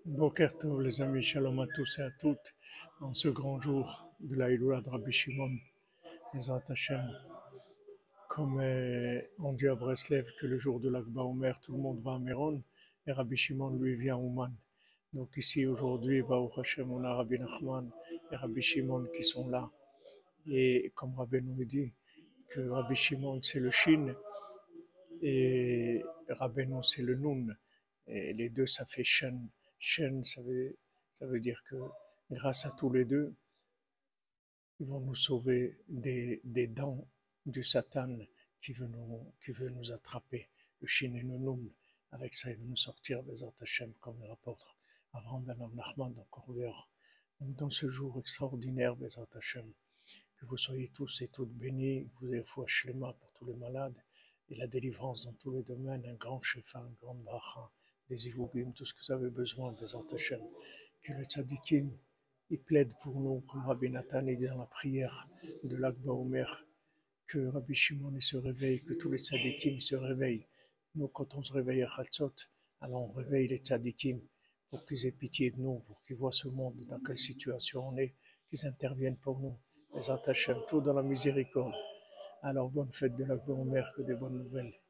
Boker Tov, les amis, shalom à tous et à toutes, en ce grand jour de la Hiloula de Rabbi Shimon, Ezrat Hashem. Comme on dit à Breslev que le jour de l'Akba Omer, tout le monde va à Méron, et Rabbi Shimon lui vient à Ouman. Donc ici aujourd'hui, Baruch Hashem, on a Rabbi Nachman et Rabbi Shimon qui sont là. Et comme Rabbi nous dit que Rabbi Shimon c'est le Shin et Rabbeinu c'est le Nun. Et les deux ça fait Shen. Shen ça veut dire que grâce à tous les deux, ils vont nous sauver des dents du Satan qui veut nous attraper. Le Shin et le Nun. Avec ça, il veut nous sortir des Hashem comme le rapporte Avraham ben Nachman dans Corvéor. Donc dans ce jour extraordinaire, Bezrat Hashem, que vous soyez tous et toutes bénis, vous ayez foi shlema pour tous les malades, et la délivrance dans tous les domaines, un grand shefa, une grande bracha, des ivugim, tout ce que vous avez besoin, Bezrat Hashem. Que le tzadikim, il plaide pour nous, comme Rabbi Nathan dit dans la prière de l'Akba Omer, que Rabbi Shimon il se réveille, que tous les tzadikim se réveillent. Nous, quand on se réveille à Chatzot, alors on réveille les tzadikim pour qu'ils aient pitié de nous, pour qu'ils voient ce monde, dans quelle situation on est, qu'ils interviennent pour nous. Les Hashem, tout dans la miséricorde. Alors bonne fête de l'Akba Omer, que des bonnes nouvelles.